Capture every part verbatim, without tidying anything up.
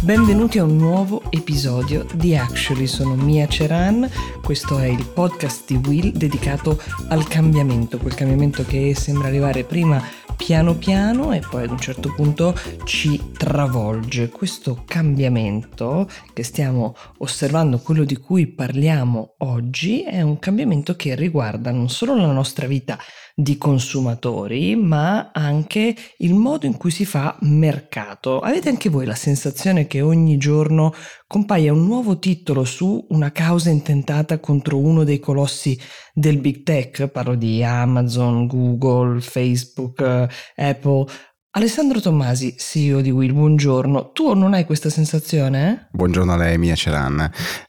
Benvenuti a un nuovo episodio di Actually, sono Mia Ceran, questo è il podcast di Will dedicato al cambiamento, quel cambiamento che sembra arrivare prima piano piano e poi ad un certo punto ci travolge. Questo cambiamento che stiamo osservando, quello di cui parliamo oggi, è un cambiamento che riguarda non solo la nostra vita di consumatori, ma anche il modo in cui si fa mercato. Avete anche voi la sensazione che ogni giorno compaia un nuovo titolo su una causa intentata contro uno dei colossi del big tech? Parlo di Amazon, Google, Facebook, Apple. Alessandro Tommasi, C E O di Will, buongiorno. Tu non hai questa sensazione? Eh? Buongiorno a lei, Mia Ceran.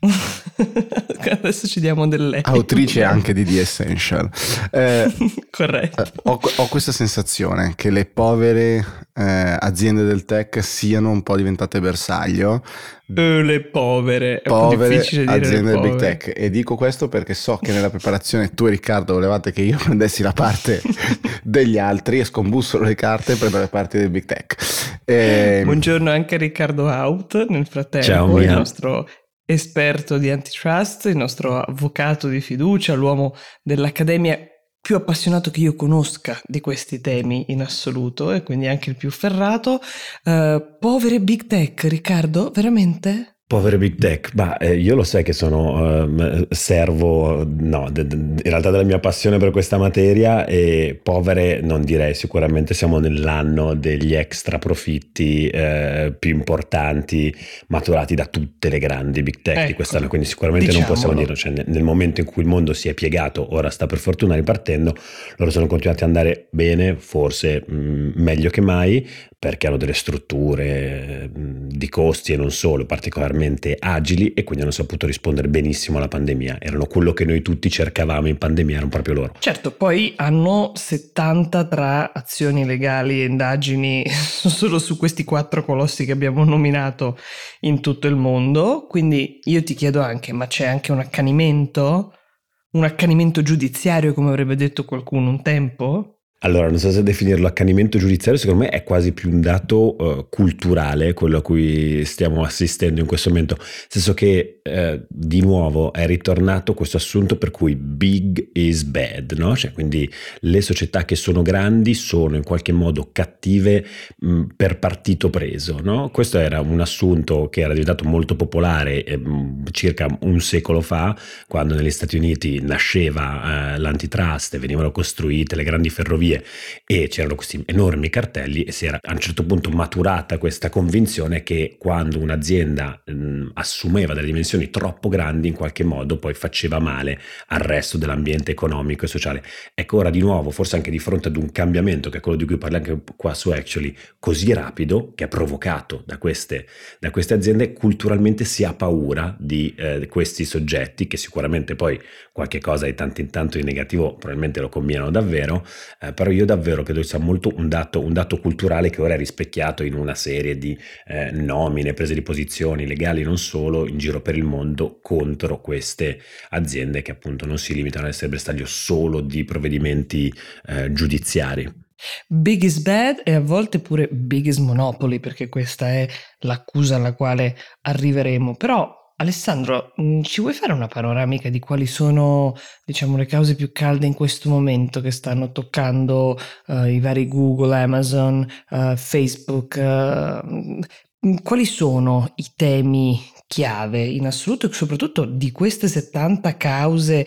Adesso ci diamo del lei. Autrice anche di The Essential. Eh, Corretto. Ho, ho questa sensazione che le povere eh, aziende del tech siano un po' diventate bersaglio. Eh, le povere, è povere un po' difficile dire aziende le del big povere. tech, e dico questo perché so che nella preparazione tu e Riccardo volevate che io prendessi la parte degli altri e scombussolo le carte per le parti del big tech. E... Buongiorno anche a Riccardo Out nel frattempo. Ciao, Mia. Il nostro esperto di antitrust, il nostro avvocato di fiducia, l'uomo dell'accademia più appassionato che io conosca di questi temi in assoluto e quindi anche il più ferrato. Uh, povere big tech, Riccardo, veramente? Povere big tech, ma eh, io lo sai che sono uh, servo, no, de- de- in realtà della mia passione per questa materia, e povere non direi, sicuramente siamo nell'anno degli extra profitti eh, più importanti maturati da tutte le grandi big tech Ecco, di quest'anno, quindi sicuramente diciamolo. non possiamo dirlo, cioè, nel, nel momento in cui il mondo si è piegato, ora sta per fortuna ripartendo, loro sono continuati ad andare bene, forse mh, meglio che mai, perché hanno delle strutture mh, di costi e non solo particolarmente agili, e quindi hanno saputo rispondere benissimo alla pandemia. Erano quello che noi tutti cercavamo in pandemia, erano proprio loro. Certo, poi hanno settanta tra azioni legali e indagini solo su questi quattro colossi che abbiamo nominato in tutto il mondo, quindi io ti chiedo anche, ma c'è anche un accanimento? Un accanimento giudiziario, come avrebbe detto qualcuno un tempo? Allora, non so se definirlo accanimento giudiziario, secondo me è quasi più un dato uh, culturale quello a cui stiamo assistendo in questo momento, nel senso che uh, di nuovo è ritornato questo assunto per cui big is bad, no? Cioè, quindi le società che sono grandi sono in qualche modo cattive mh, per partito preso, no? Questo era un assunto che era diventato molto popolare eh, mh, circa un secolo fa, quando negli Stati Uniti nasceva uh, l'antitrust e venivano costruite le grandi ferrovie e c'erano questi enormi cartelli, e si era a un certo punto maturata questa convinzione che quando un'azienda mh, assumeva delle dimensioni troppo grandi, in qualche modo poi faceva male al resto dell'ambiente economico e sociale. Ecco, ora di nuovo, forse anche di fronte ad un cambiamento, che è quello di cui parliamo anche qua su Actually, così rapido, che è provocato da queste, da queste aziende, culturalmente si ha paura di eh, questi soggetti, che sicuramente poi qualche cosa di tanto in tanto di negativo probabilmente lo combinano davvero, eh, però io davvero credo sia molto un dato, un dato culturale che ora è rispecchiato in una serie di eh, nomine, prese di posizioni legali non solo in giro per il mondo contro queste aziende che appunto non si limitano ad essere bersaglio solo di provvedimenti eh, giudiziari. Big is bad e a volte pure big is monopoly, perché questa è l'accusa alla quale arriveremo. Però Alessandro, ci vuoi fare una panoramica di quali sono, diciamo, le cause più calde in questo momento che stanno toccando uh, i vari Google, Amazon, uh, Facebook? Uh, quali sono i temi chiave in assoluto e soprattutto di queste settanta cause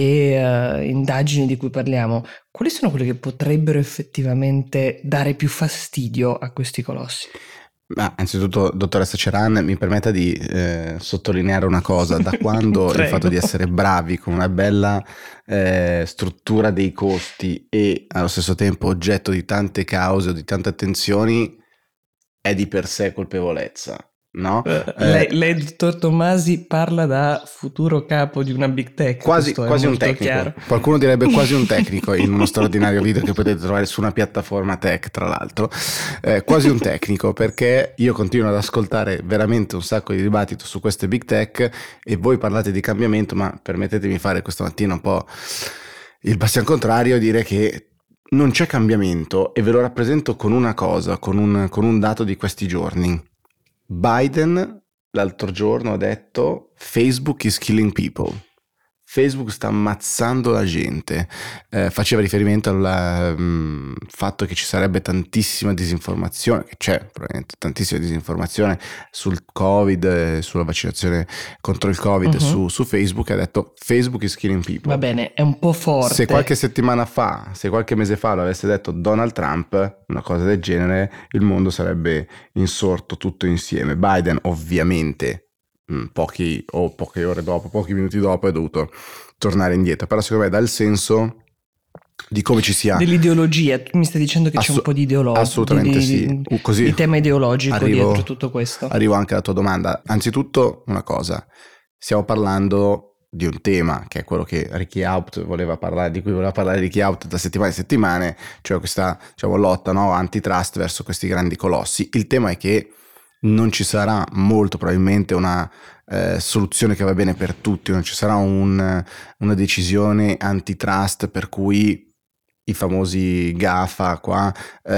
e uh, indagini di cui parliamo? Quali sono quelle che potrebbero effettivamente dare più fastidio a questi colossi? Ma anzitutto, dottoressa Ceran, mi permetta di eh, sottolineare una cosa: da quando il fatto di essere bravi con una bella eh, struttura dei costi e allo stesso tempo oggetto di tante cause o di tante attenzioni è di per sé colpevolezza, no? Uh, lei, lei, dottor Tommasi, parla da futuro capo di una big tech. Quasi, quasi un tecnico. Chiaro. Qualcuno direbbe quasi un tecnico in uno straordinario video che potete trovare su una piattaforma tech, tra l'altro. Eh, quasi un tecnico, perché io continuo ad ascoltare veramente un sacco di dibattito su queste big tech e voi parlate di cambiamento, ma permettetemi fare questa mattina un po' il bastian contrario e dire che non c'è cambiamento, e ve lo rappresento con una cosa, con un, con un dato di questi giorni. Biden l'altro giorno ha detto Facebook is killing people. Facebook sta ammazzando la gente, eh, faceva riferimento al um, fatto che ci sarebbe tantissima disinformazione, che c'è probabilmente tantissima disinformazione sul Covid, eh, sulla vaccinazione contro il Covid uh-huh. su, su Facebook. Ha detto Facebook is killing people. Va bene, è un po' forte. Se qualche settimana fa, se qualche mese fa lo avesse detto Donald Trump, una cosa del genere, il mondo sarebbe insorto tutto insieme. Biden ovviamente pochi o poche ore dopo, pochi minuti dopo è dovuto tornare indietro, però secondo me dà il senso di come ci sia dell'ideologia. Tu mi stai dicendo che Assu- c'è un po' di ideologia, assolutamente di, sì, di, così di tema ideologico arrivo, dietro tutto questo. Arrivo anche alla tua domanda. Anzitutto una cosa, stiamo parlando di un tema che è quello che Ricky Haupt voleva parlare, di cui voleva parlare Ricky Haupt da settimane e settimane, cioè questa, diciamo, lotta, no, antitrust verso questi grandi colossi. Il tema è che non ci sarà molto probabilmente una eh, soluzione che va bene per tutti, non ci sarà un, una decisione antitrust per cui i famosi GAFA qua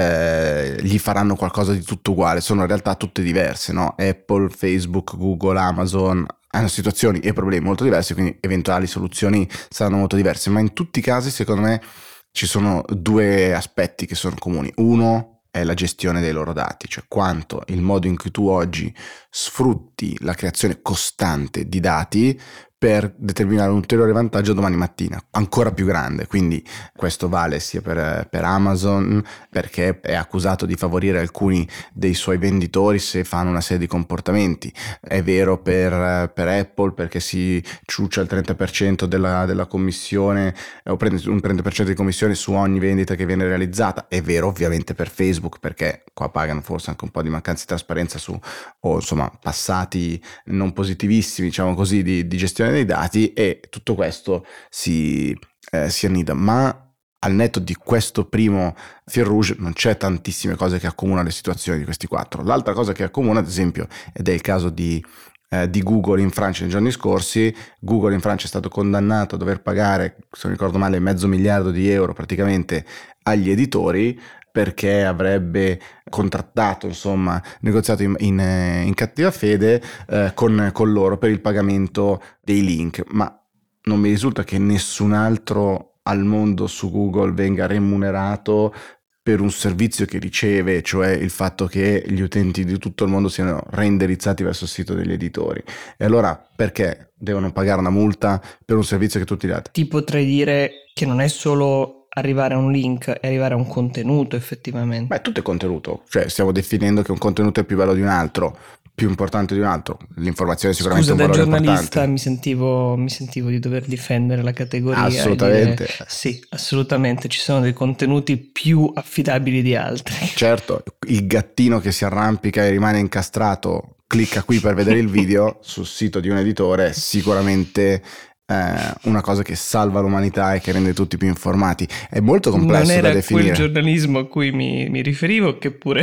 eh, gli faranno qualcosa di tutto uguale. Sono in realtà tutte diverse, no? Apple, Facebook, Google, Amazon hanno situazioni e problemi molto diversi, quindi eventuali soluzioni saranno molto diverse, ma in tutti i casi secondo me ci sono due aspetti che sono comuni. Uno è la gestione dei loro dati, cioè quanto il modo in cui tu oggi sfrutti la creazione costante di dati per determinare un ulteriore vantaggio domani mattina, ancora più grande. Quindi questo vale sia per, per Amazon, perché è accusato di favorire alcuni dei suoi venditori se fanno una serie di comportamenti. È vero per, per Apple, perché si ciuccia il trenta per cento della, della commissione, o prende un trenta per cento di commissione su ogni vendita che viene realizzata. È vero ovviamente per Facebook, perché qua pagano forse anche un po' di mancanza di trasparenza su, o insomma passati non positivissimi, diciamo così, di, di gestione dei dati, e tutto questo si, eh, si annida. Ma al netto di questo primo fil rouge non c'è tantissime cose che accomunano le situazioni di questi quattro. L'altra cosa che accomuna, ad esempio, ed è il caso di, eh, di Google in Francia nei giorni scorsi. Google in Francia è stato condannato a dover pagare, se non ricordo male, mezzo miliardo di euro praticamente agli editori, perché avrebbe contrattato, insomma, negoziato in, in, in cattiva fede eh, con, con loro per il pagamento dei link. Ma non mi risulta che nessun altro al mondo su Google venga remunerato per un servizio che riceve, cioè il fatto che gli utenti di tutto il mondo siano reindirizzati verso il sito degli editori. E allora perché devono pagare una multa per un servizio che tutti gli altri? Ti potrei dire che non è solo arrivare a un link e arrivare a un contenuto effettivamente. Beh, tutto è contenuto, cioè stiamo definendo che un contenuto è più bello di un altro, più importante di un altro. L'informazione è sicuramente Scusa, un valore da giornalista importante. mi sentivo, mi sentivo di dover difendere la categoria. Assolutamente. Dire, sì, assolutamente, ci sono dei contenuti più affidabili di altri. Certo, il gattino che si arrampica e rimane incastrato, clicca qui per vedere il video sul sito di un editore, è sicuramente Eh, una cosa che salva l'umanità e che rende tutti più informati. È molto complesso da definire. Non era quel giornalismo a cui mi, mi riferivo, che pure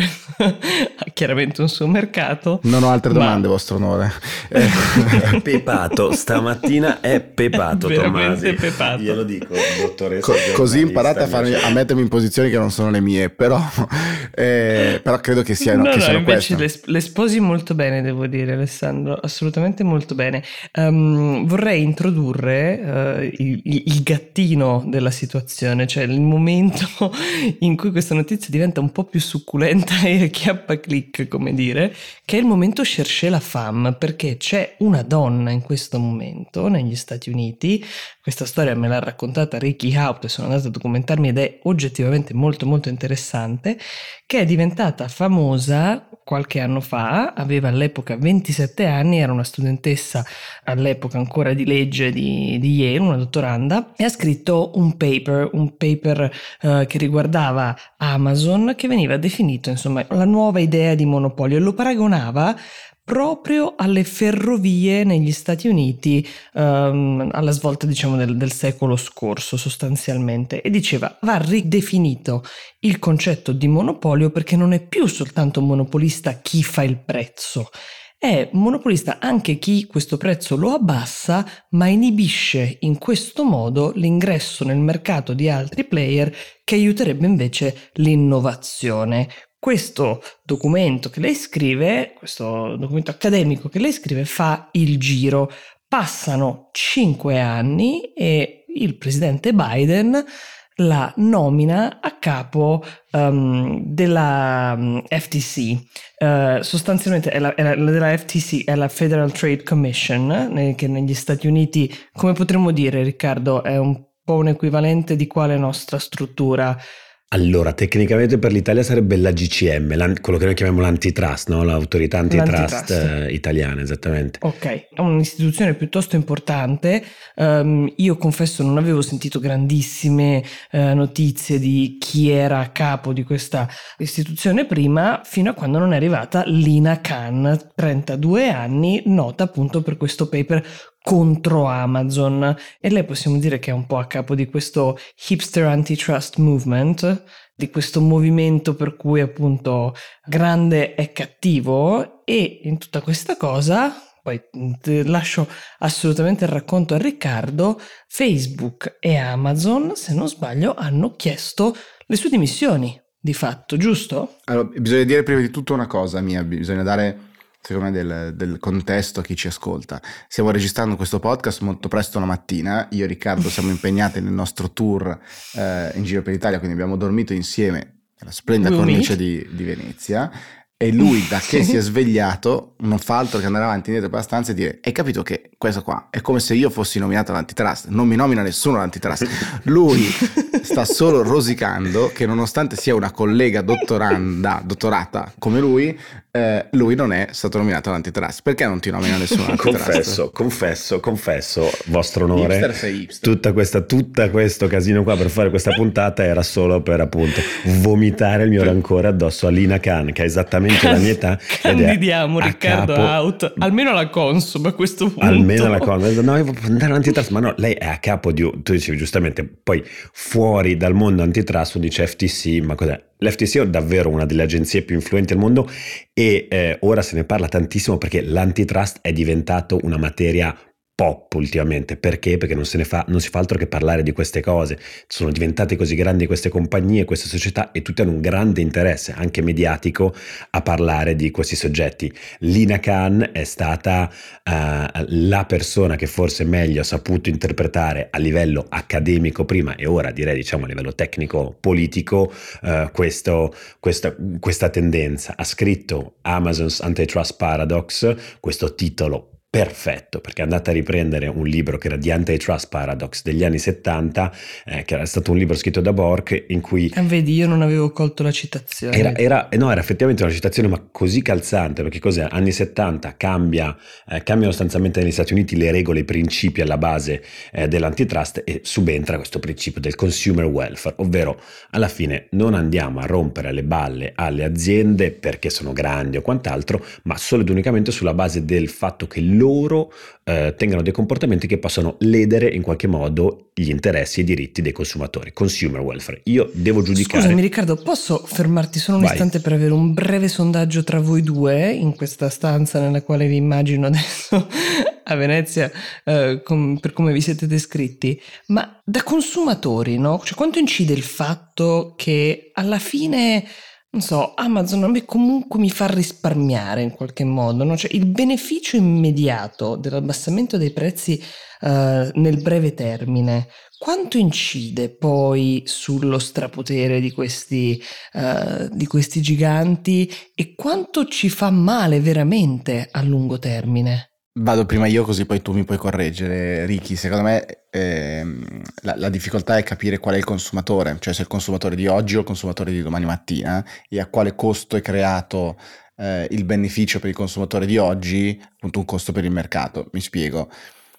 ha chiaramente un suo mercato. Non ho altre domande, ma... vostro onore. È pepato, stamattina è pepato, veramente Tommasi. Pepato. Glielo dico, dottoressa. Co- così imparate a, farmi, a mettermi in posizioni che non sono le mie, però, eh, però credo che siano, no, che no, siano invece queste. le, le sposi molto bene, devo dire, Alessandro, assolutamente molto bene. Um, vorrei introdurre Uh, il, il gattino della situazione, cioè il momento in cui questa notizia diventa un po' più succulenta e acchiappa click, come dire, che è il momento chercher la femme, perché c'è una donna in questo momento negli Stati Uniti. Questa storia me l'ha raccontata Ricky Haupt e sono andata a documentarmi ed è oggettivamente molto molto interessante, che è diventata famosa qualche anno fa, aveva all'epoca ventisette anni, era una studentessa all'epoca ancora di legge di, di Yale, una dottoranda, e ha scritto un paper, un paper uh, che riguardava Amazon, che veniva definito insomma la nuova idea di monopolio, e lo paragonava proprio alle ferrovie negli Stati Uniti um, alla svolta diciamo del, del secolo scorso sostanzialmente, e diceva va ridefinito il concetto di monopolio, perché non è più soltanto monopolista chi fa il prezzo, è monopolista anche chi questo prezzo lo abbassa, ma inibisce in questo modo l'ingresso nel mercato di altri player che aiuterebbe invece l'innovazione. questo documento che lei scrive, questo documento accademico che lei scrive, fa il giro. Passano cinque anni e il presidente Biden la nomina a capo um, della um, F T C. Uh, sostanzialmente è la, è la, della F T C è la Federal Trade Commission, eh, che negli Stati Uniti, come potremmo dire, Riccardo, è un po' un equivalente di quale nostra struttura? Allora, tecnicamente per l'Italia sarebbe la G C M, quello che noi chiamiamo l'antitrust, no? L'autorità antitrust, eh, italiana, esattamente. Ok, è un'istituzione piuttosto importante. Um, io confesso non avevo sentito grandissime uh, notizie di chi era a capo di questa istituzione prima, fino a quando non è arrivata Lina Khan, trentadue anni, nota appunto per questo paper contro Amazon, e lei possiamo dire che è un po' a capo di questo hipster antitrust movement, di questo movimento per cui appunto grande è cattivo. E in tutta questa cosa, poi lascio assolutamente il racconto a Riccardo, Facebook e Amazon, se non sbaglio, hanno chiesto le sue dimissioni, di fatto, giusto? Allora, bisogna dire prima di tutto una cosa mia, bisogna dare secondo me del, del contesto a chi ci ascolta. Stiamo registrando questo podcast molto presto la mattina, io e Riccardo siamo impegnati nel nostro tour eh, in giro per l'Italia, quindi abbiamo dormito insieme nella splendida Lui cornice di, di Venezia, e lui da che si è svegliato non fa altro che andare avanti e indietro per la stanza e dire: hai capito che questo qua è come se io fossi nominato all'antitrust, non mi nomina nessuno all'antitrust, lui sta solo rosicando che nonostante sia una collega dottoranda, dottorata come lui, eh, lui non è stato nominato all'antitrust. Perché non ti nomina nessuno all'antitrust? Confesso, confesso, confesso, vostro onore, hipster sei hipster. tutta questa, tutta questo casino qua per fare questa puntata era solo per appunto vomitare il mio rancore addosso a Lina Khan, che è esattamente la mia età. Candidiamo Riccardo capo, out, almeno la Consum a questo punto. Almeno la Consum, no, io voglio andare all'antitrust, ma no, lei è a capo di, tu dicevi giustamente, poi fuori dal mondo antitrust, uno dice F T C, ma cos'è? L'F T C è davvero una delle agenzie più influenti al mondo e eh, ora se ne parla tantissimo perché l'antitrust è diventato una materia pop ultimamente. Perché? Perché non se ne fa, non si fa altro che parlare di queste cose. Sono diventate così grandi queste compagnie, queste società, e tutti hanno un grande interesse anche mediatico a parlare di questi soggetti. Lina Khan è stata uh, la persona che forse meglio ha saputo interpretare a livello accademico prima e ora direi diciamo a livello tecnico politico uh, questo, questa, questa tendenza. Ha scritto Amazon's Antitrust Paradox, questo titolo perfetto, perché è andata a riprendere un libro che era The Antitrust Paradox degli anni settanta, eh, che era stato un libro scritto da Bork in cui... Ah, vedi, io non avevo colto la citazione. Era, era, no, era effettivamente una citazione, ma così calzante, perché cos'è? Anni settanta cambia, eh, cambiano sostanzialmente negli Stati Uniti le regole, i principi alla base eh, dell'antitrust, e subentra questo principio del consumer welfare, ovvero alla fine non andiamo a rompere le balle alle aziende perché sono grandi o quant'altro, ma solo ed unicamente sulla base del fatto che loro eh, tengano dei comportamenti che possono ledere in qualche modo gli interessi e i diritti dei consumatori. Consumer welfare. Io devo giudicare... Scusami Riccardo, posso fermarti solo un Vai. istante per avere un breve sondaggio tra voi due in questa stanza nella quale vi immagino adesso a Venezia, eh, com- per come vi siete descritti, ma da consumatori, no? Cioè, quanto incide il fatto che alla fine... non so, Amazon a me comunque mi fa risparmiare in qualche modo, no? Cioè il beneficio immediato dell'abbassamento dei prezzi uh, nel breve termine, quanto incide poi sullo strapotere di questi, uh, di questi giganti e quanto ci fa male veramente a lungo termine? Vado prima io così poi tu mi puoi correggere, Ricky. Secondo me ehm, la, la difficoltà è capire qual è il consumatore, cioè se è il consumatore di oggi o il consumatore di domani mattina, e a quale costo è creato eh, il beneficio per il consumatore di oggi, appunto un costo per il mercato. Mi spiego: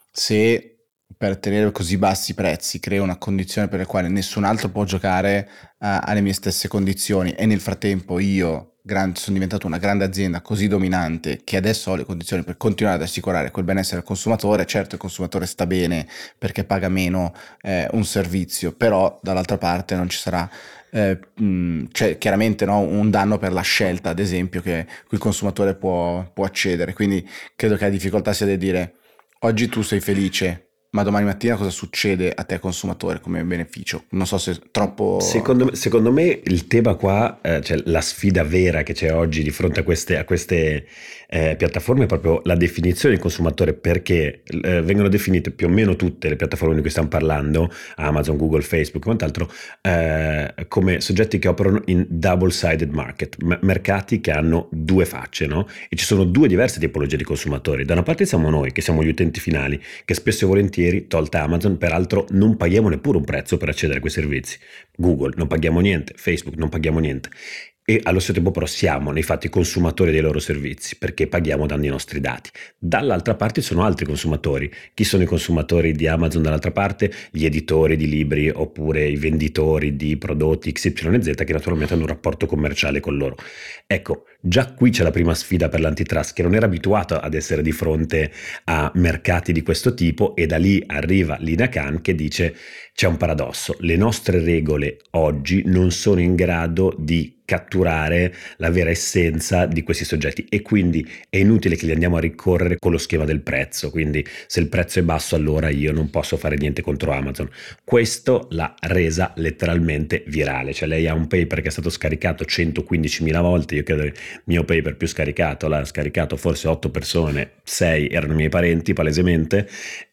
se per tenere così bassi prezzi creo una condizione per la quale nessun altro può giocare uh, alle mie stesse condizioni, e nel frattempo io Gran, sono diventato una grande azienda così dominante che adesso ho le condizioni per continuare ad assicurare quel benessere al consumatore. Certo, il consumatore sta bene perché paga meno eh, un servizio, però dall'altra parte non ci sarà eh, mh, cioè, chiaramente no, un danno per la scelta, ad esempio, che cui il consumatore può, può accedere. Quindi credo che la difficoltà sia di dire: oggi tu sei felice ma domani mattina cosa succede a te consumatore come beneficio? Non so se è troppo... Secondo, secondo me il tema qua, eh, cioè la sfida vera che c'è oggi di fronte a queste, a queste eh, piattaforme è proprio la definizione del consumatore, perché eh, vengono definite più o meno tutte le piattaforme di cui stiamo parlando, Amazon, Google, Facebook e quant'altro, eh, come soggetti che operano in double-sided market, m- mercati che hanno due facce, no? E ci sono due diverse tipologie di consumatori. Da una parte siamo noi, che siamo gli utenti finali, che spesso e volentieri, tolta Amazon, peraltro non paghiamo neppure un prezzo per accedere a quei servizi. Google non paghiamo niente, Facebook non paghiamo niente, e allo stesso tempo però siamo nei fatti consumatori dei loro servizi perché paghiamo dando i nostri dati. Dall'altra parte sono altri consumatori. Chi sono i consumatori di Amazon dall'altra parte? Gli editori di libri oppure i venditori di prodotti X Y Z che naturalmente hanno un rapporto commerciale con loro. Ecco, già qui c'è la prima sfida per l'antitrust, che non era abituato ad essere di fronte a mercati di questo tipo, e da lì arriva Lina Khan che dice: c'è un paradosso, le nostre regole oggi non sono in grado di catturare la vera essenza di questi soggetti, e quindi è inutile che li andiamo a ricorrere con lo schema del prezzo. Quindi se il prezzo è basso allora io non posso fare niente contro Amazon. Questo l'ha resa letteralmente virale, cioè lei ha un paper che è stato scaricato centoquindicimila volte. Io credo che il mio paper più scaricato l'ha scaricato forse otto persone, sei erano i miei parenti palesemente,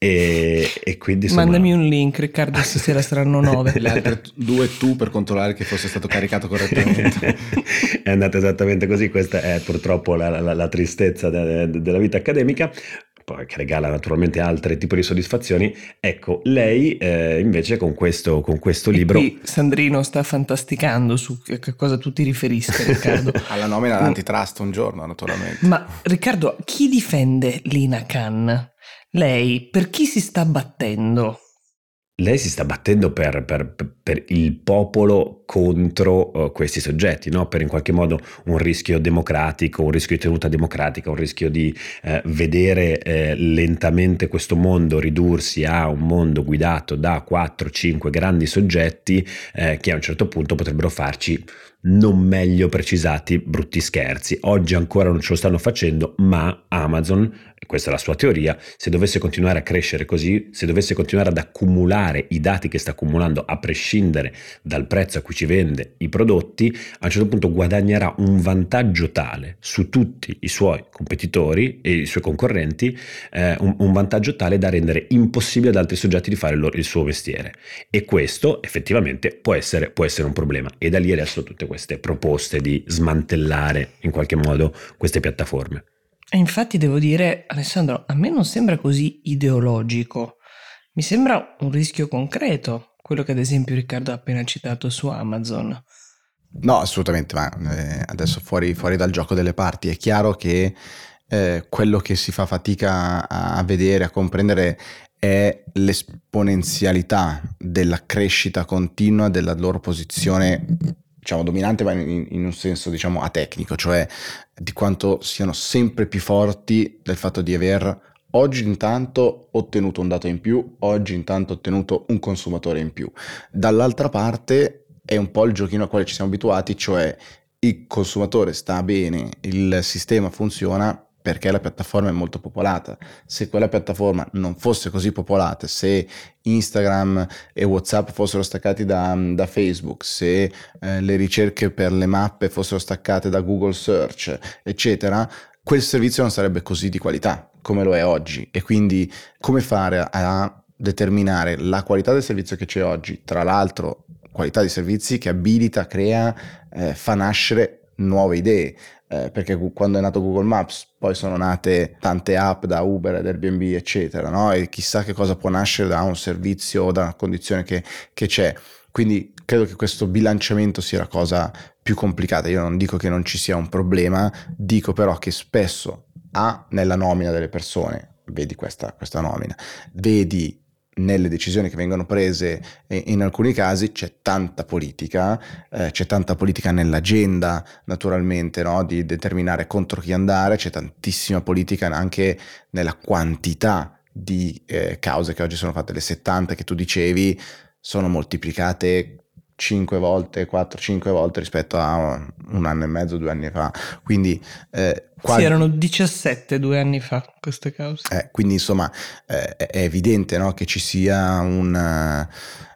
e, e quindi insomma... Mandami un link, Riccardo, stasera saranno nove. Le altre due tu per controllare che fosse stato caricato correttamente. È andata esattamente così. Questa è purtroppo la, la, la tristezza de, de, della vita accademica, poi che regala naturalmente altri tipi di soddisfazioni. Ecco, lei eh, invece con questo, con questo e libro... Qui Sandrino sta fantasticando su che cosa tu ti riferisca, Riccardo. Alla nomina dell'antitrust un giorno, naturalmente. Ma Riccardo, chi difende Lina Khan? Lei per chi si sta battendo? Lei si sta battendo per, per, per il popolo contro uh, questi soggetti, no? Per in qualche modo un rischio democratico, un rischio di tenuta democratica, un rischio di eh, vedere eh, lentamente questo mondo ridursi a un mondo guidato da quattro cinque grandi soggetti eh, che a un certo punto potrebbero farci non meglio precisati brutti scherzi. Oggi ancora non ce lo stanno facendo, ma Amazon, e questa è la sua teoria, se dovesse continuare a crescere così, se dovesse continuare ad accumulare i dati che sta accumulando a prescindere dal prezzo a cui ci vende i prodotti, a un certo punto guadagnerà un vantaggio tale su tutti i suoi competitori e i suoi concorrenti, eh, un, un vantaggio tale da rendere impossibile ad altri soggetti di fare il, loro, il suo mestiere, e questo effettivamente può essere, può essere un problema. E da lì adesso tutte queste proposte di smantellare in qualche modo queste piattaforme. E infatti devo dire, Alessandro, a me non sembra così ideologico, mi sembra un rischio concreto, quello che ad esempio Riccardo ha appena citato su Amazon. No, assolutamente, ma eh, adesso fuori, fuori dal gioco delle parti è chiaro che eh, quello che si fa fatica a vedere, a comprendere è l'esponenzialità della crescita continua della loro posizione, diciamo, dominante, ma in, in un senso, diciamo, atecnico, cioè di quanto siano sempre più forti del fatto di aver oggi intanto ottenuto un dato in più, oggi intanto ottenuto un consumatore in più. Dall'altra parte è un po' il giochino al quale ci siamo abituati, cioè il consumatore sta bene, il sistema funziona perché la piattaforma è molto popolata. Se quella piattaforma non fosse così popolata, se Instagram e WhatsApp fossero staccati da, da Facebook, se eh, le ricerche per le mappe fossero staccate da Google Search, eccetera, quel servizio non sarebbe così di qualità come lo è oggi. E quindi come fare a determinare la qualità del servizio che c'è oggi, tra l'altro qualità di servizi che abilita, crea, eh, fa nascere nuove idee, eh, perché quando è nato Google Maps poi sono nate tante app da Uber ed Airbnb eccetera, no? E chissà che cosa può nascere da un servizio o da una condizione che, che c'è. Quindi credo che questo bilanciamento sia la cosa più complicata. Io non dico che non ci sia un problema, dico però che spesso A, nella nomina delle persone, vedi questa, questa nomina, vedi nelle decisioni che vengono prese, in alcuni casi c'è tanta politica, eh, c'è tanta politica nell'agenda naturalmente, no? Di determinare contro chi andare, c'è tantissima politica anche nella quantità di eh, cause che oggi sono fatte, le settanta che tu dicevi sono moltiplicate cinque volte, quattro cinque volte rispetto a un anno e mezzo, due anni fa. Quindi eh, quasi... sì, erano diciassette due anni fa queste cause. Eh, quindi insomma eh, è evidente, no, che ci sia un...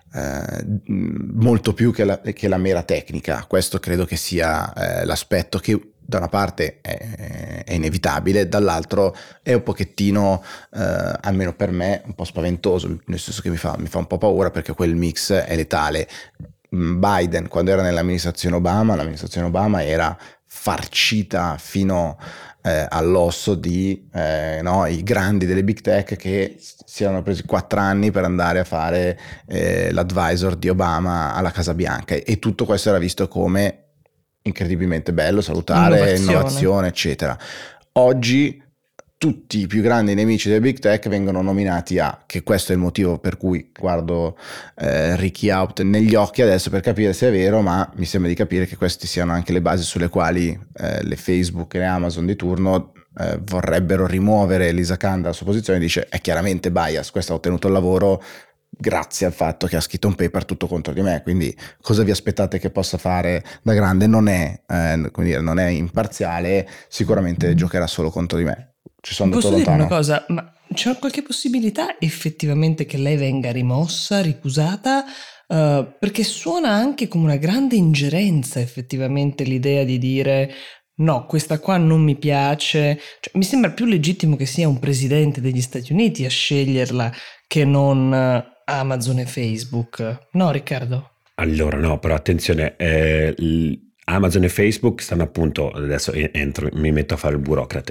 Eh, molto più che la, che la mera tecnica. Questo credo che sia eh, l'aspetto che da una parte è, è inevitabile, dall'altro è un pochettino, eh, almeno per me, un po' spaventoso, nel senso che mi fa, mi fa un po' paura, perché quel mix è letale. Biden, quando era nell'amministrazione Obama, l'amministrazione Obama era farcita fino eh, all'osso di eh, no, i grandi delle big tech che si erano presi quattro anni per andare a fare eh, l'advisor di Obama alla Casa Bianca, e tutto questo era visto come incredibilmente bello, salutare, innovazione, innovazione eccetera. Oggi tutti i più grandi nemici delle big tech vengono nominati a, che questo è il motivo per cui guardo eh, Ricky Out negli occhi adesso per capire se è vero, ma mi sembra di capire che queste siano anche le basi sulle quali eh, le Facebook e le Amazon di turno eh, vorrebbero rimuovere Lisa Khan dalla sua posizione. Dice è chiaramente bias, questo ha ottenuto il lavoro grazie al fatto che ha scritto un paper tutto contro di me, quindi cosa vi aspettate che possa fare da grande? Non è, eh, come dire, non è imparziale, sicuramente giocherà solo contro di me. Ci sono Posso dire lontano. Una cosa, ma c'è qualche possibilità effettivamente che lei venga rimossa, ricusata? Uh, perché suona anche come una grande ingerenza effettivamente l'idea di dire no, questa qua non mi piace. Cioè, mi sembra più legittimo che sia un presidente degli Stati Uniti a sceglierla che non Amazon e Facebook. No, Riccardo? Allora no, però attenzione, eh, l- Amazon e Facebook stanno appunto, adesso entro, mi metto a fare il burocrate,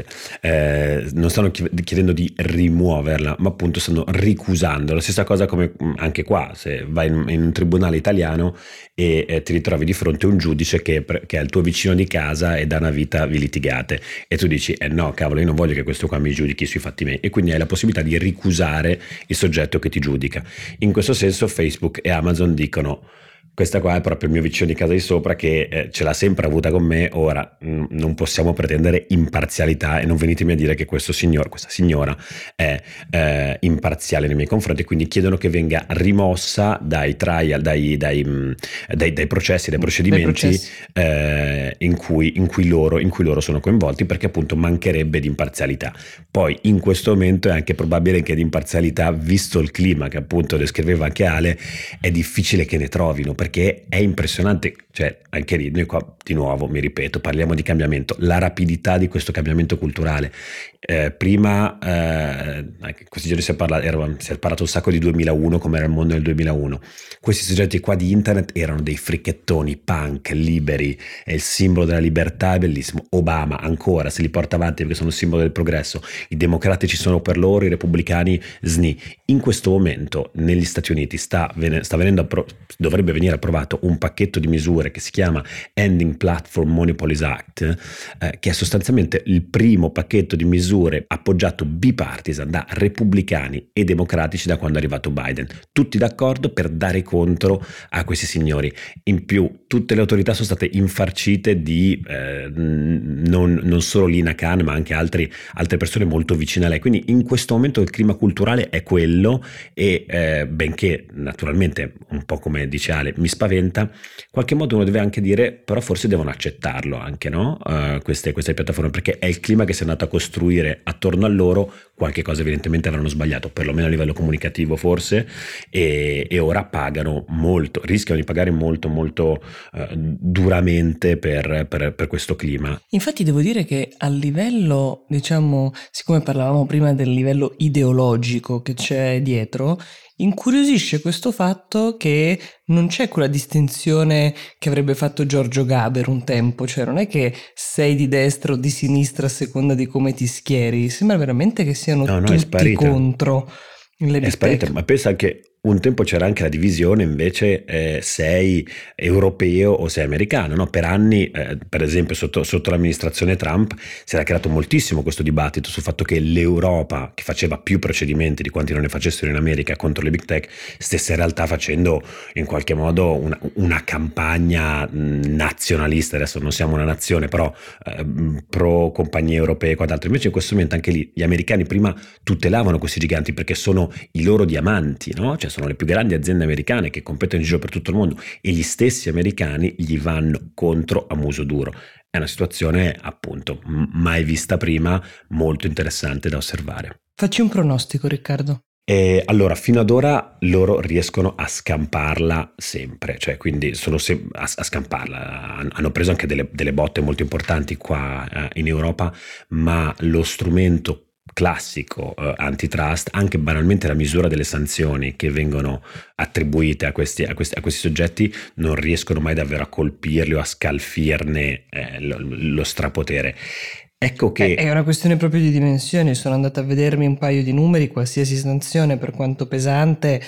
eh, non stanno chiedendo di rimuoverla, ma appunto stanno ricusando. La stessa cosa come anche qua, se vai in, in un tribunale italiano e eh, ti ritrovi di fronte a un giudice che, che è il tuo vicino di casa e da una vita vi litigate e tu dici eh no cavolo, io non voglio che questo qua mi giudichi sui fatti miei, e quindi hai la possibilità di ricusare il soggetto che ti giudica. In questo senso Facebook e Amazon dicono: questa qua è proprio il mio vicino di casa di sopra che eh, ce l'ha sempre avuta con me, ora mh, non possiamo pretendere imparzialità e non venitemi a dire che questo signor, questa signora è eh, imparziale nei miei confronti, quindi chiedono che venga rimossa dai trial, dai, dai, mh, dai, dai processi, dai procedimenti dai eh, in, cui, in, cui loro, in cui loro sono coinvolti, perché appunto mancherebbe di imparzialità. Poi in questo momento è anche probabile che di imparzialità, visto il clima che appunto descriveva anche Ale, è difficile che ne trovino, perché è impressionante, cioè anche lì noi qua di nuovo mi ripeto, parliamo di cambiamento, la rapidità di questo cambiamento culturale. Eh, prima eh, questi giorni si è, parlato, era, si è parlato un sacco di duemilauno, come era il mondo nel duemilauno. Questi soggetti qua di internet erano dei fricchettoni punk liberi, è il simbolo della libertà, è bellissimo. Obama ancora se li porta avanti perché sono il simbolo del progresso, i democratici sono per loro, i repubblicani sni. In questo momento negli Stati Uniti sta, sta venendo appro- dovrebbe venire approvato un pacchetto di misure che si chiama Ending Platform Monopolies Act, eh, che è sostanzialmente il primo pacchetto di misure appoggiato bipartisan da repubblicani e democratici da quando è arrivato Biden, tutti d'accordo per dare contro a questi signori. In più tutte le autorità sono state infarcite di eh, non, non solo Lina Khan ma anche altri, altre persone molto vicine a lei, quindi in questo momento il clima culturale è quello e eh, benché naturalmente un po' come dice Ale mi spaventa, in qualche modo uno deve anche dire però forse devono accettarlo anche, no? Uh, queste, queste piattaforme, perché è il clima che si è andato a costruire attorno a loro, qualche cosa evidentemente avranno sbagliato, perlomeno a livello comunicativo forse, e, e ora pagano molto, rischiano di pagare molto molto uh, duramente per, per, per questo clima. Infatti devo dire che a livello, diciamo, siccome parlavamo prima del livello ideologico che c'è dietro, incuriosisce questo fatto che non c'è quella distinzione che avrebbe fatto Giorgio Gaber un tempo, cioè non è che sei di destra o di sinistra a seconda di come ti schieri, sembra veramente che siano no, no, tutti contro le è sparita, ma pensa che un tempo c'era anche la divisione invece eh, sei europeo o sei americano, no? Per anni eh, per esempio sotto, sotto l'amministrazione Trump si era creato moltissimo questo dibattito sul fatto che l'Europa, che faceva più procedimenti di quanti non ne facessero in America contro le big tech, stesse in realtà facendo in qualche modo una, una campagna nazionalista. Adesso non siamo una nazione, però eh, pro compagnie europee e quant'altro. Invece in questo momento anche lì gli americani prima tutelavano questi giganti perché sono i loro diamanti, no? Cioè sono le più grandi aziende americane che competono in giro per tutto il mondo e gli stessi americani gli vanno contro a muso duro. È una situazione appunto mai vista prima, molto interessante da osservare. Facci un pronostico, Riccardo. E allora, fino ad ora loro riescono a scamparla sempre, cioè quindi sono se- a, a scamparla. Hanno preso anche delle, delle botte molto importanti qua eh, in Europa, ma lo strumento classico eh, antitrust, anche banalmente la misura delle sanzioni che vengono attribuite a questi, a questi, a questi soggetti, non riescono mai davvero a colpirli o a scalfirne eh, lo, lo strapotere. Ecco che È una questione proprio di dimensioni, sono andata a vedermi un paio di numeri, qualsiasi sanzione, per quanto pesante,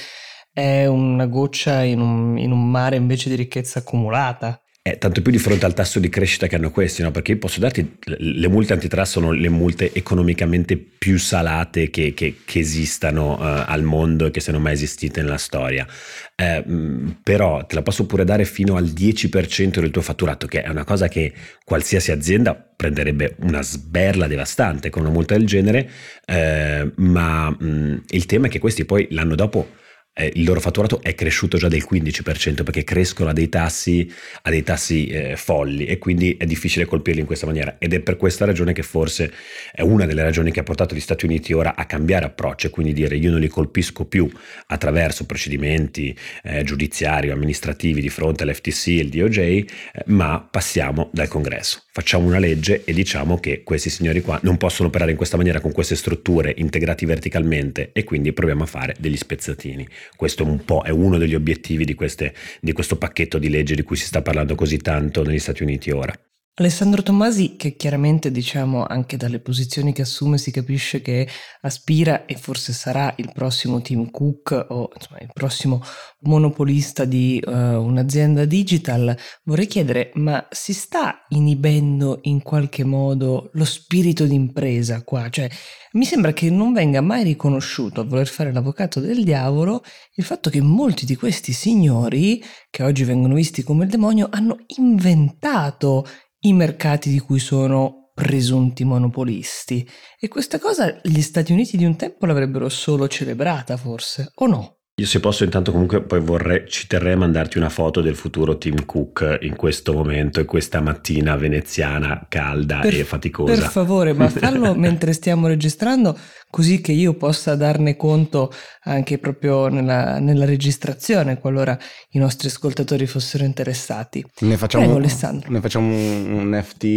è una goccia in un, in un mare invece di ricchezza accumulata. Eh, tanto più di fronte al tasso di crescita che hanno questi, no? Perché io posso darti, le multe antitrust sono le multe economicamente più salate che, che, che esistano uh, al mondo e che siano mai esistite nella storia. Eh, mh, però te la posso pure dare fino al dieci per cento del tuo fatturato, che è una cosa che qualsiasi azienda prenderebbe una sberla devastante con una multa del genere, eh, ma mh, il tema è che questi poi l'anno dopo eh, il loro fatturato è cresciuto già del quindici per cento perché crescono a dei tassi, a dei tassi eh, folli, e quindi è difficile colpirli in questa maniera, ed è per questa ragione che forse è una delle ragioni che ha portato gli Stati Uniti ora a cambiare approccio e quindi dire: io non li colpisco più attraverso procedimenti eh, giudiziari o amministrativi di fronte all'F T C e il D O J, eh, ma passiamo dal Congresso, facciamo una legge e diciamo che questi signori qua non possono operare in questa maniera con queste strutture integrati verticalmente, e quindi proviamo a fare degli spezzatini. Questo un po' è uno degli obiettivi di, queste, di questo pacchetto di leggi di cui si sta parlando così tanto negli Stati Uniti ora. Alessandro Tommasi, che chiaramente, diciamo, anche dalle posizioni che assume si capisce che aspira e forse sarà il prossimo Tim Cook o insomma il prossimo monopolista di uh, un'azienda digital, vorrei chiedere: ma si sta inibendo in qualche modo lo spirito d'impresa qua? Cioè, mi sembra che non venga mai riconosciuto, a voler fare l'avvocato del diavolo, il fatto che molti di questi signori, che oggi vengono visti come il demonio, hanno inventato i mercati di cui sono presunti monopolisti. E questa cosa gli Stati Uniti di un tempo l'avrebbero solo celebrata, forse, o no? Io, se posso, intanto comunque poi vorrei, ci terrei a mandarti una foto del futuro Tim Cook in questo momento e questa mattina veneziana calda per, e faticosa. Per favore, ma fallo mentre stiamo registrando, così che io possa darne conto anche proprio nella, nella registrazione, qualora i nostri ascoltatori fossero interessati. Ne facciamo, Prego, Alessandro. Ne facciamo un N F T,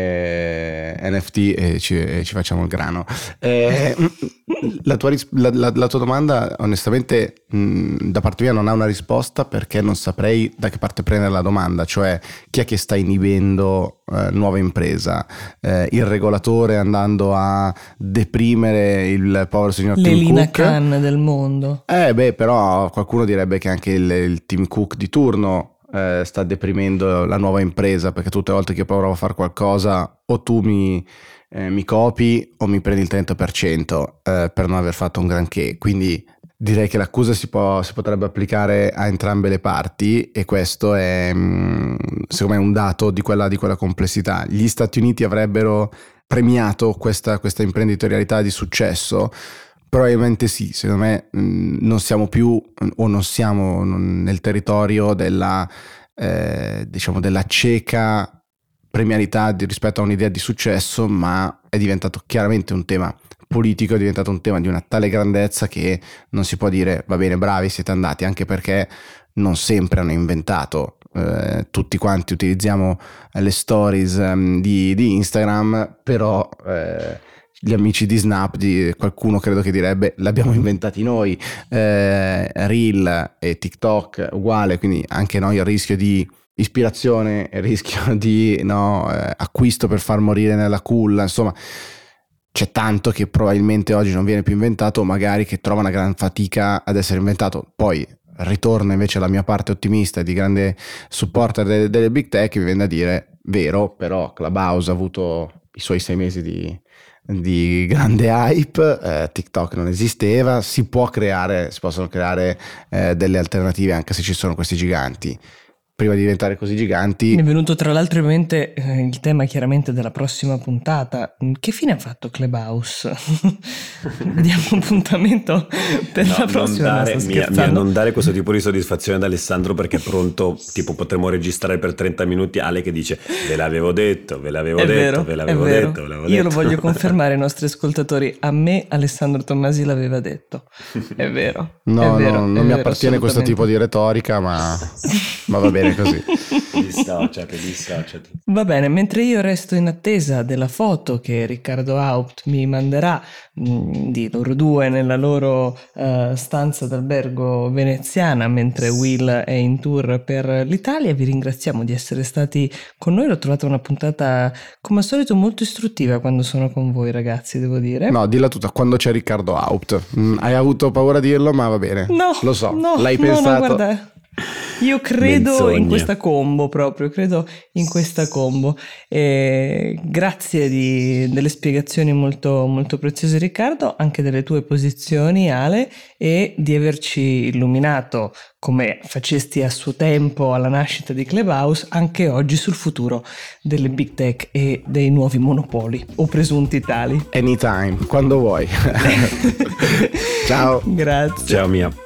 e, N F T e ci, e ci facciamo il grano. Eh, la, tua, la, la, la tua domanda, onestamente, mh, da parte mia non ha una risposta, perché non saprei da che parte prendere la domanda, cioè chi è che sta inibendo eh, nuova impresa? Eh, il regolatore andando a deprimere il povero signor Le Tim Lina Cook? Khan del mondo. Eh beh, però qualcuno direbbe che anche il, il Tim Cook di turno eh, sta deprimendo la nuova impresa, perché tutte le volte che provo a fare qualcosa o tu mi, eh, mi copi o mi prendi il trenta per cento eh, per non aver fatto un granché. Quindi direi che l'accusa si, può, si potrebbe applicare a entrambe le parti, e questo è mh, secondo me un dato di quella, di quella complessità. Gli Stati Uniti avrebbero premiato questa, questa imprenditorialità di successo? Probabilmente sì. Secondo me mh, non siamo più o non siamo nel territorio della eh, diciamo della cieca premialità di, rispetto a un'idea di successo, ma è diventato chiaramente un tema politico, è diventato un tema di una tale grandezza che non si può dire va bene, bravi, siete andati, anche perché non sempre hanno inventato. Eh, tutti quanti utilizziamo le stories um, di, di Instagram, però eh, gli amici di Snap, di, qualcuno credo che direbbe l'abbiamo inventati noi. eh, Reel e TikTok uguale, quindi anche noi il rischio di ispirazione, il rischio di no, eh, acquisto per far morire nella culla, insomma c'è tanto che probabilmente oggi non viene più inventato, magari che trova una gran fatica ad essere inventato. Poi ritorno invece alla mia parte ottimista di grande supporter delle, delle big tech, mi viene da dire vero, però Clubhouse ha avuto i suoi sei mesi di, di grande hype, eh, TikTok non esisteva, si può creare, si possono creare eh, delle alternative anche se ci sono questi giganti. prima di diventare così giganti. Mi è venuto tra l'altro in mente eh, il tema chiaramente della prossima puntata. Che fine ha fatto Clubhouse? Diamo appuntamento per no, la prossima. Non dare, no, mia, mia, non dare questo tipo di soddisfazione ad Alessandro, perché è pronto, tipo potremmo registrare per trenta minuti Ale che dice ve l'avevo detto, ve l'avevo è detto, vero, ve l'avevo è vero. detto, ve l'avevo Io detto. lo voglio confermare ai nostri ascoltatori, a me Alessandro Tommasi l'aveva detto, è vero. No, è vero, no, non è mi vero, appartiene questo tipo di retorica, ma, ma va bene così. Dissociati, dissociati. Va bene, mentre io resto in attesa della foto che Riccardo Haupt mi manderà mh, di loro due nella loro uh, stanza d'albergo veneziana mentre Will è in tour per l'Italia, vi ringraziamo di essere stati con noi. L'ho trovata una puntata come al solito molto istruttiva quando sono con voi, ragazzi, devo dire. No, dilla tutta, quando c'è Riccardo Haupt. Mm, hai avuto paura a dirlo, ma va bene. No, lo so, no, l'hai no, pensato. No, guarda. Io credo Menzogne. in questa combo proprio, credo in questa combo. E grazie di, delle spiegazioni molto, molto preziose Riccardo, anche delle tue posizioni Ale, e di averci illuminato come facesti a suo tempo alla nascita di Clubhouse anche oggi sul futuro delle big tech e dei nuovi monopoli o presunti tali. Anytime, quando vuoi. Ciao. Grazie. Ciao Mia.